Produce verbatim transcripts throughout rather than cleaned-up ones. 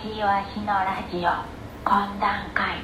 しいわしのラジオ懇談会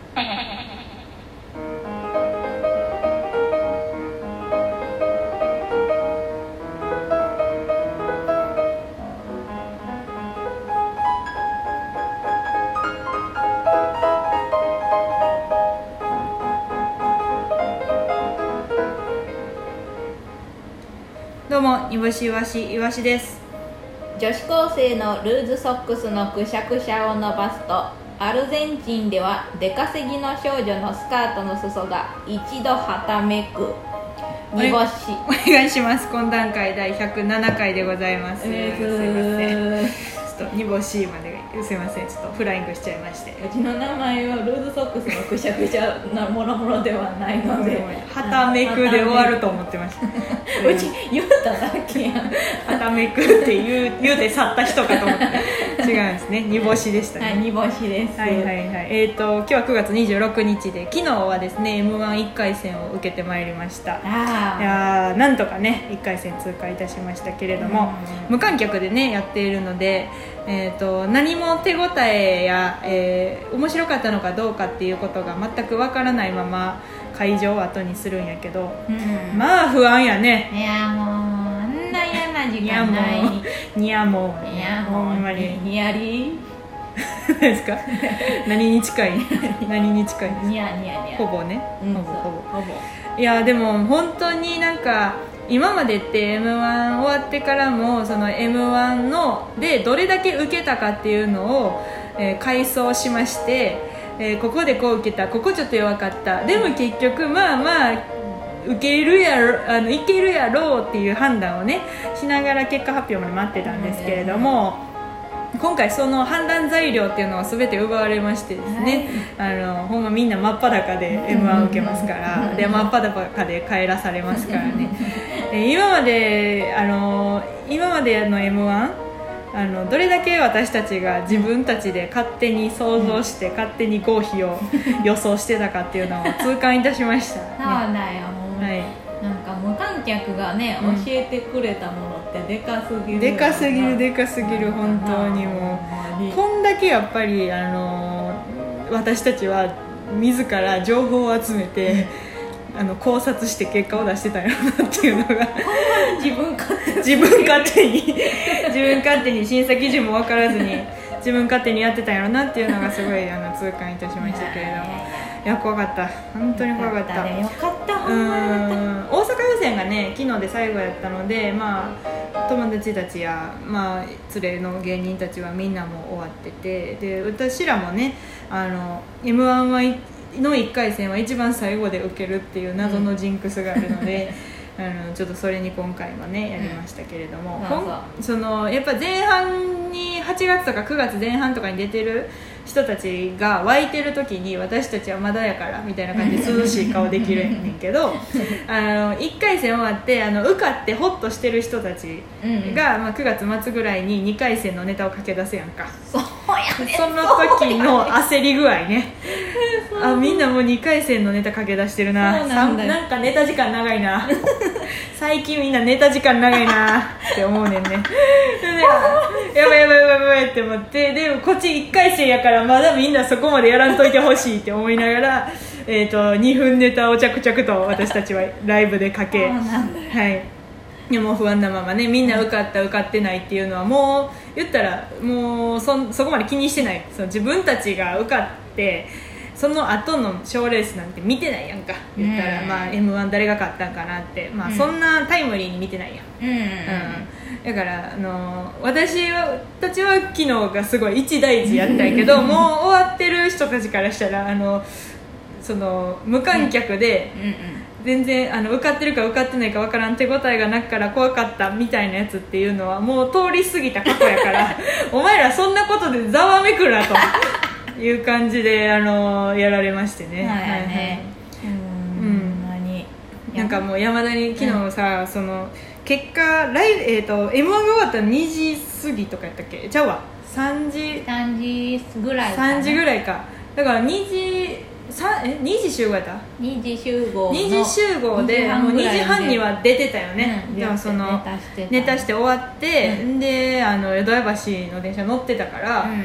どうも、煮干しいわしいわしです。 女子高生のルーズソックスのくしゃくしゃを伸ばすと、アルゼンチンでは出稼ぎの少女のスカートの裾が一度はためく。煮干しお願いします。懇談会だいひゃくななかいでございます。すいません、ちょっと煮干しまですいません、ちょっとフライングしちゃいまして。 うちの名前はルーズソックスのくしゃくしゃなものものではないのではためくで終わると思ってましたうち言うただけやん。 はためくって言う言うて去った人かと思って違うんですね、煮干しでしたね。 はい、煮干しです。 はいはいはい。えーと今日はくがつにじゅうろくにちで、昨日はですね エムワンいっかいせんを受けてまいりました。 あいやー、なんとかねいっかいせん通過いたしましたけれども、無観客でねやっているので、えーと何も手応えや、えー、面白かったのかどうかっていうことが全くわからないまま会場を後にするんやけど、 うん、 まあ不安やね。 いやもうあんな嫌な時いやも間なうにやもうい。いやもうほんまににやり何ですか何に近い何に近いですか？ にやにやにやほぼね、 うん、 ほぼほぼほぼいやでも本当になんか今までって エムワン 終わってからもその エムワン のでどれだけ受けたかっていうのを、えー、回想しまして、えー、ここでこう受けた、ここちょっと弱かった、でも結局まあまあ受けるやろあのいけるやろうっていう判断をねしながら結果発表まで待ってたんですけれども、今回その判断材料っていうのは全て奪われましてですね、あのほんまみんな真っ裸で エムワン 受けますからで真っ裸で帰らされますからねで今まであの今までの エムワン あのどれだけ私たちが自分たちで勝手に想像して勝手に合否を予想してたかっていうのを痛感いたしました、ね、 そうだよ、もう、 はい、 なんか無観客がね、 うん、 教えてくれたものってでかすぎるでかすぎるでかすぎる本当にもうこんだけやっぱりあの私たちは自ら情報を集めてあの考察して結果を出してたんやろなっていうのが自分勝手自分勝手に自分勝手に審査基準も分からずに自分勝手にやってたんやろなっていうのがすごいあの痛感いたしましたけれども、いや怖かった、本当に怖かった。 よかったね、よかった、ほうんまによかった。 大阪予選がね昨日で最後やったので、まあ友達たちや、まあ、連れの芸人たちはみんなも終わってて、で私らもねあの エムワン はのいっかいせんは一番最後で受けるっていう謎のジンクスがあるので、うん、あのちょっとそれに今回はねやりましたけれども、 うん、 こんそのやっぱ前半にはちがつとかくがつぜん半とかに出てる人たちが湧いてる時に私たちはまだやからみたいな感じで涼しい顔できるんやねんけどあのいっかいせん終わってあの受かってホッとしてる人たちが、まあ、くがつまつぐらいににかいせんのネタを駆け出すやんか。 そうやね、 その時の焦り具合ねあみんなもうにかいせんのネタ駆け出してるな。 そうなんだよ、 なんかネタ時間長いな最近みんなネタ時間長いなって思うねんねでやばいやばいやばいやばいって思って、でもこっちいっかいせんやからまだみんなそこまでやらんといてほしいって思いながら、えーとにふんネタを着々と私たちはライブでかけ、はいでも不安なままね、みんな受かった受かってないっていうのはもう言ったらもう そ, そこまで気にしてない。その自分たちが受かってその後の賞レースなんて見てないやんか言ったら、うん、まあ エムワン 誰が勝ったんかなって、まあ、そんなタイムリーに見てないやん、うんうん、だからあの私たちは昨日がすごい一大事やったんやけどもう終わってる人たちからしたらあのその無観客で、うんうんうん、全然あの受かってるか受かってないか分からん、手応えがなくから怖かったみたいなやつっていうのはもう通り過ぎた過去やからお前らそんなことでざわめくなという感じであのやられましてね、はいはいはいうんうん、何なんかもう山田に昨日さ、うん、その結果ライブ、えー、と エムワン が終わったらにじ過ぎとかやったっけ、ちゃうわさんじさんじぐらいかな、 さんじぐらいか、だからにじさえにじ集合やったにじ集合のにじ集合でもうにじはんには出てたよね、うん、でもそのネタして終わって、うん、であの江戸橋の電車乗ってたから、うん、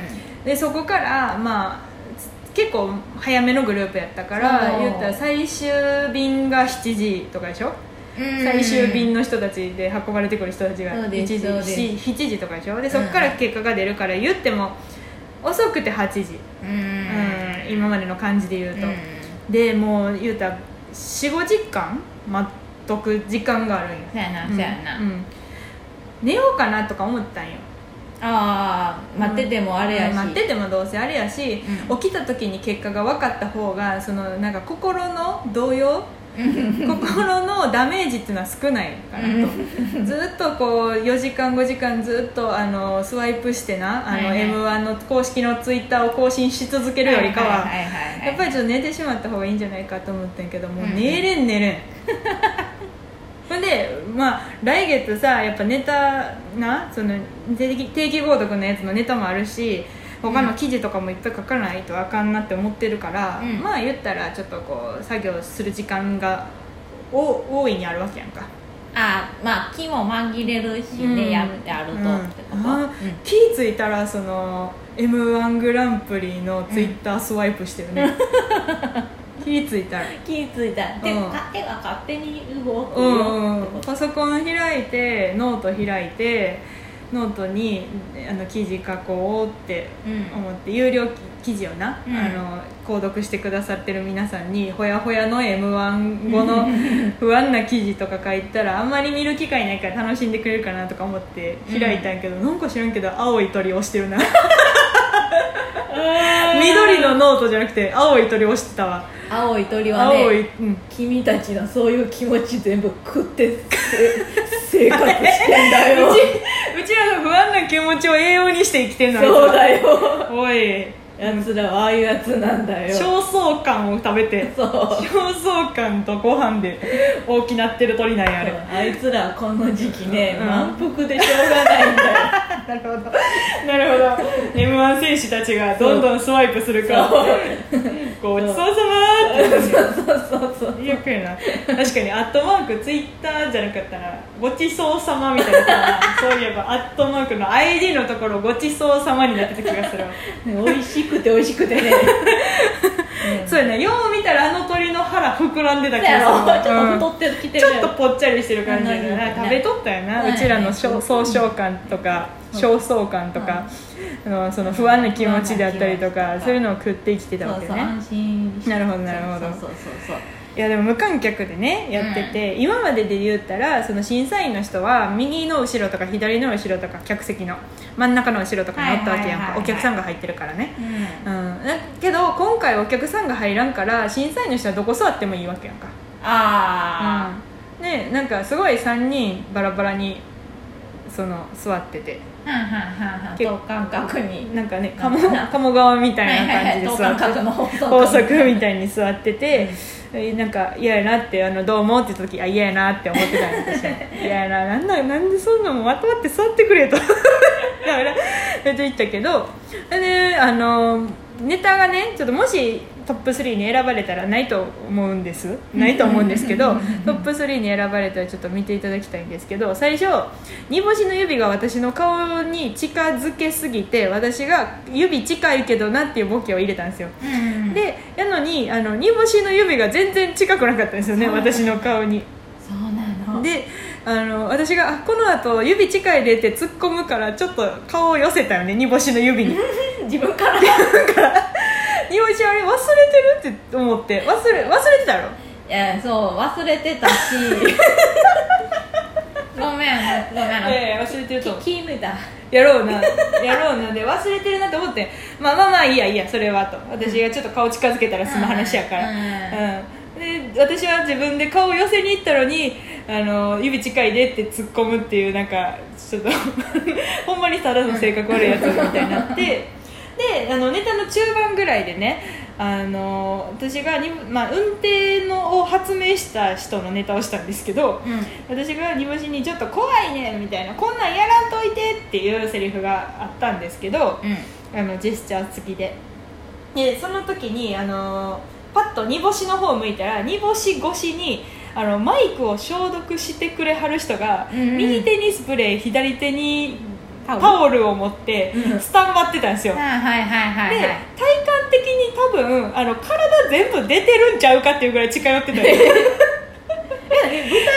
でそこからまあ結構早めのグループやったから言ったら最終便がしちじとかでしょ、最終便の人たちで運ばれてくる人たちがいちじ、しちじとかでしょ。でそこから結果が出るから言っても遅くてはちじ、うん、今までの感じで言うと、でもう言うたら よん、ごじかん待っとく時間があるんよ。 そうやなそうやな、 うんうん、寝ようかなとか思ったんよ。 ああ待っててもあれやし、 うん、待っててもどうせあれやし、うん、起きた時に結果が分かった方がそのなんか心の動揺心のダメージっていうのは少ないかなとずっとこうよじかんごじかんずっとあのスワイプしてなあの、はいはい、エムワン の公式のツイッターを更新し続けるよりかはやっぱりちょっと寝てしまった方がいいんじゃないかと思ったんやけどもう寝れん寝れんほんで、まあ、来月さやっぱネタなその定期、定期購読のやつのネタもあるし他の記事とかもいっぱい書かないとあかんなって思ってるから、うん、まあ言ったらちょっとこう作業する時間がお大いにあるわけやんか。 ああまあ気も紛れるしね、うん、やってあると、うん、ってこと、うん、 気ぃついたらその エムワン グランプリのツイッタースワイプしてるね、うん、気ぃついたら気ぃついたら手が勝手に動くよ、 うんうん、パソコン開いてノート開いてノートにあの記事書こうって思って、うん、有料記事をな、うん、あの購読してくださってる皆さんにほやほやの エムワン 後の不安な記事とか書いたらあんまり見る機会ないから楽しんでくれるかなとか思って開いたんやけど、うん、なんか知らんけど青い鳥押してるな緑のノートじゃなくて青い鳥押してたわ。 青い鳥はね、うん、君たちのそういう気持ち全部食って生活してんだようち、うちらの不安な気持ちを栄養にして生きてんの。 そうだよおいやつらはああいうやつなんだよ。 焦燥感を食べてそう焦燥感とご飯で大きなってる鳥なんやあれ。 あいつらはこの時期ね、うん、満腹でしょうがないんだよなるほどなるほど エムワン 選手たちがどんどんスワイプするからごちそうさまーってそうそうそうそうよくやな。確かにアットマークツイッターじゃなかったらごちそうさまみたいなそういえばアットマークの アイディー のところごちそうさまになってた気がするわ美味しくて美味しくてねうん、そうやね。よう見たらあの鳥の腹膨らんでた気がする。 ちょっと太ってきてる、 うん、ちょっとぽっちゃりしてる感じで、ね、食べとったよな、うちらの総称感とか焦燥感とか、うん、あのその不安な気持ちであったりとかそういうのを食って生きてたわけね。 そうそう安心して。 なるほどなるほど。 そうそうそうそう。 いやでも無観客でねやってて、うん、今までで言ったらその審査員の人は右の後ろとか左の後ろとか客席の真ん中の後ろとかにおったわけやんか、お客さんが入ってるからね、うんうん、だけど今回お客さんが入らんから審査員の人はどこ座ってもいいわけやんか。 ああ、 うん、でなんかすごいさんにんバラバラにその座っててはんはんはんはん等間隔になんかね鴨鴨川みたいな感じで座って、はいはい、法則みたいに座ってて、うん、なんか嫌やなってあのどうもって言った時あ嫌やなって思ってたんですよ嫌やななんだなんでそんなもんまとまって座ってくれとだから言ったけどであのネタがねちょっともしトップスリーに選ばれたらないと思うんですないと思うんですけどトップスリーに選ばれたらちょっと見ていただきたいんですけど、最初煮干しの指が私の顔に近づけすぎて私が指近いけどなっていうボケを入れたんですよ、うん、でやのにあの煮干しの指が全然近くなかったんですよね私の顔に。 そうなのであの私があこの後指近いでって突っ込むからちょっと顔を寄せたよね煮干しの指に自分から自分から煮干しあれ忘れてるって思って忘れ忘れてたやろ。 いやそう忘れてたしごめんごめん、 えー、忘れてると気抜いたやろうなやろうなで忘れてるなと思ってまあまあまあいいやいいやそれはと私がちょっと顔近づけたら済む話やから、うんうん、で私は自分で顔を寄せに行ったのにあの指近いでって突っ込むっていうなんかちょっとほんまにただの性格悪いやつみたいになってであのネタの中盤ぐらいでねあの私がに、まあ、運転のを発明した人のネタをしたんですけど、うん、私が煮干しにちょっと怖いねみたいなこんなんやらんといてっていうセリフがあったんですけど、うん、あのジェスチャー付きででその時にあのパッと煮干しの方を向いたら煮干し越しにあのマイクを消毒してくれはる人が、うんうん、右手にスプレー左手にタオルタオルを持ってうんスタンバってたんですよ、 はいはいはいはいではい体感的に多分あの体全部出てるんちゃうかっていうぐらい近寄ってたんですよ舞台上にさ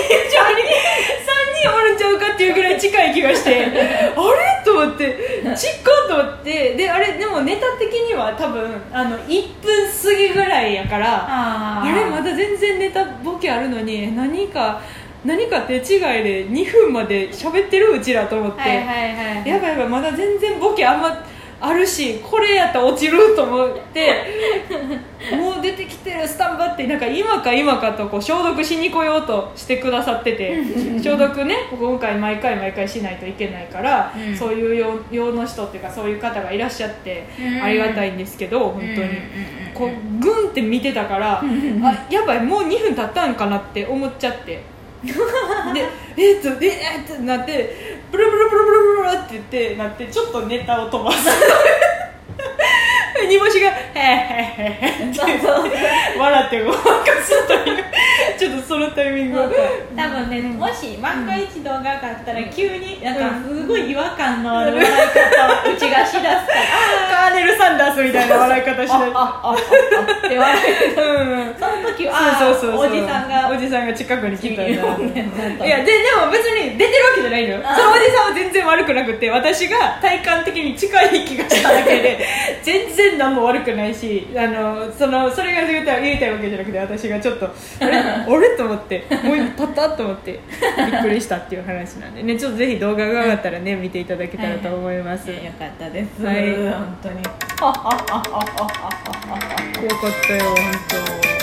んにんおるんちゃうかっていうぐらい近い気がしてあれと思ってちっこと思ってであれでもネタ的には多分あのいっぷん過ぎぐらいやからああれまだ全然ネタボケあるのに何か何か手違いでにふんまで喋ってるうちらと思って、 はいはいはいやばいやばいまだ全然ボケあんまあるしこれやったら落ちると思ってもう出てきてるスタンバってなんか今か今かとこう消毒しに来ようとしてくださってて消毒ね今回毎回毎回しないといけないから、うん、そういう用用の人っていうかそういう方がいらっしゃってありがたいんですけど本当にこうグンって見てたからあやばいもうにふん経ったんかなって思っちゃってでえっとえっとなってブルブルブルブルブルって言ってなってちょっとネタを飛ばす煮干しが「へへへへ」って笑ってごまかすというちょっとそのタイミングを多分ね、もし万が一動画があったら急になんかすごい違和感のある笑い方を打ち出し出すからカーネル・サンダースみたいな笑い方しないあああって笑い方うんその時はそうそうそうそうおじさんがおじさんが近くに来たんだいいやででも別に出てるわけじゃないのよそのおじさんは全然悪くなくて私が体感的に近い気がしただけで全然何も悪くないしあのそのそれが言いたい言いたいわけじゃなくて私がちょっとあれあれと思ってもう立ったと思ってびっくりしたっていう話なんでねちょっとぜひ動画が上がったらね見ていただけたらと思います、 はいはい、よかったです、 はい、 本当によかったよ本当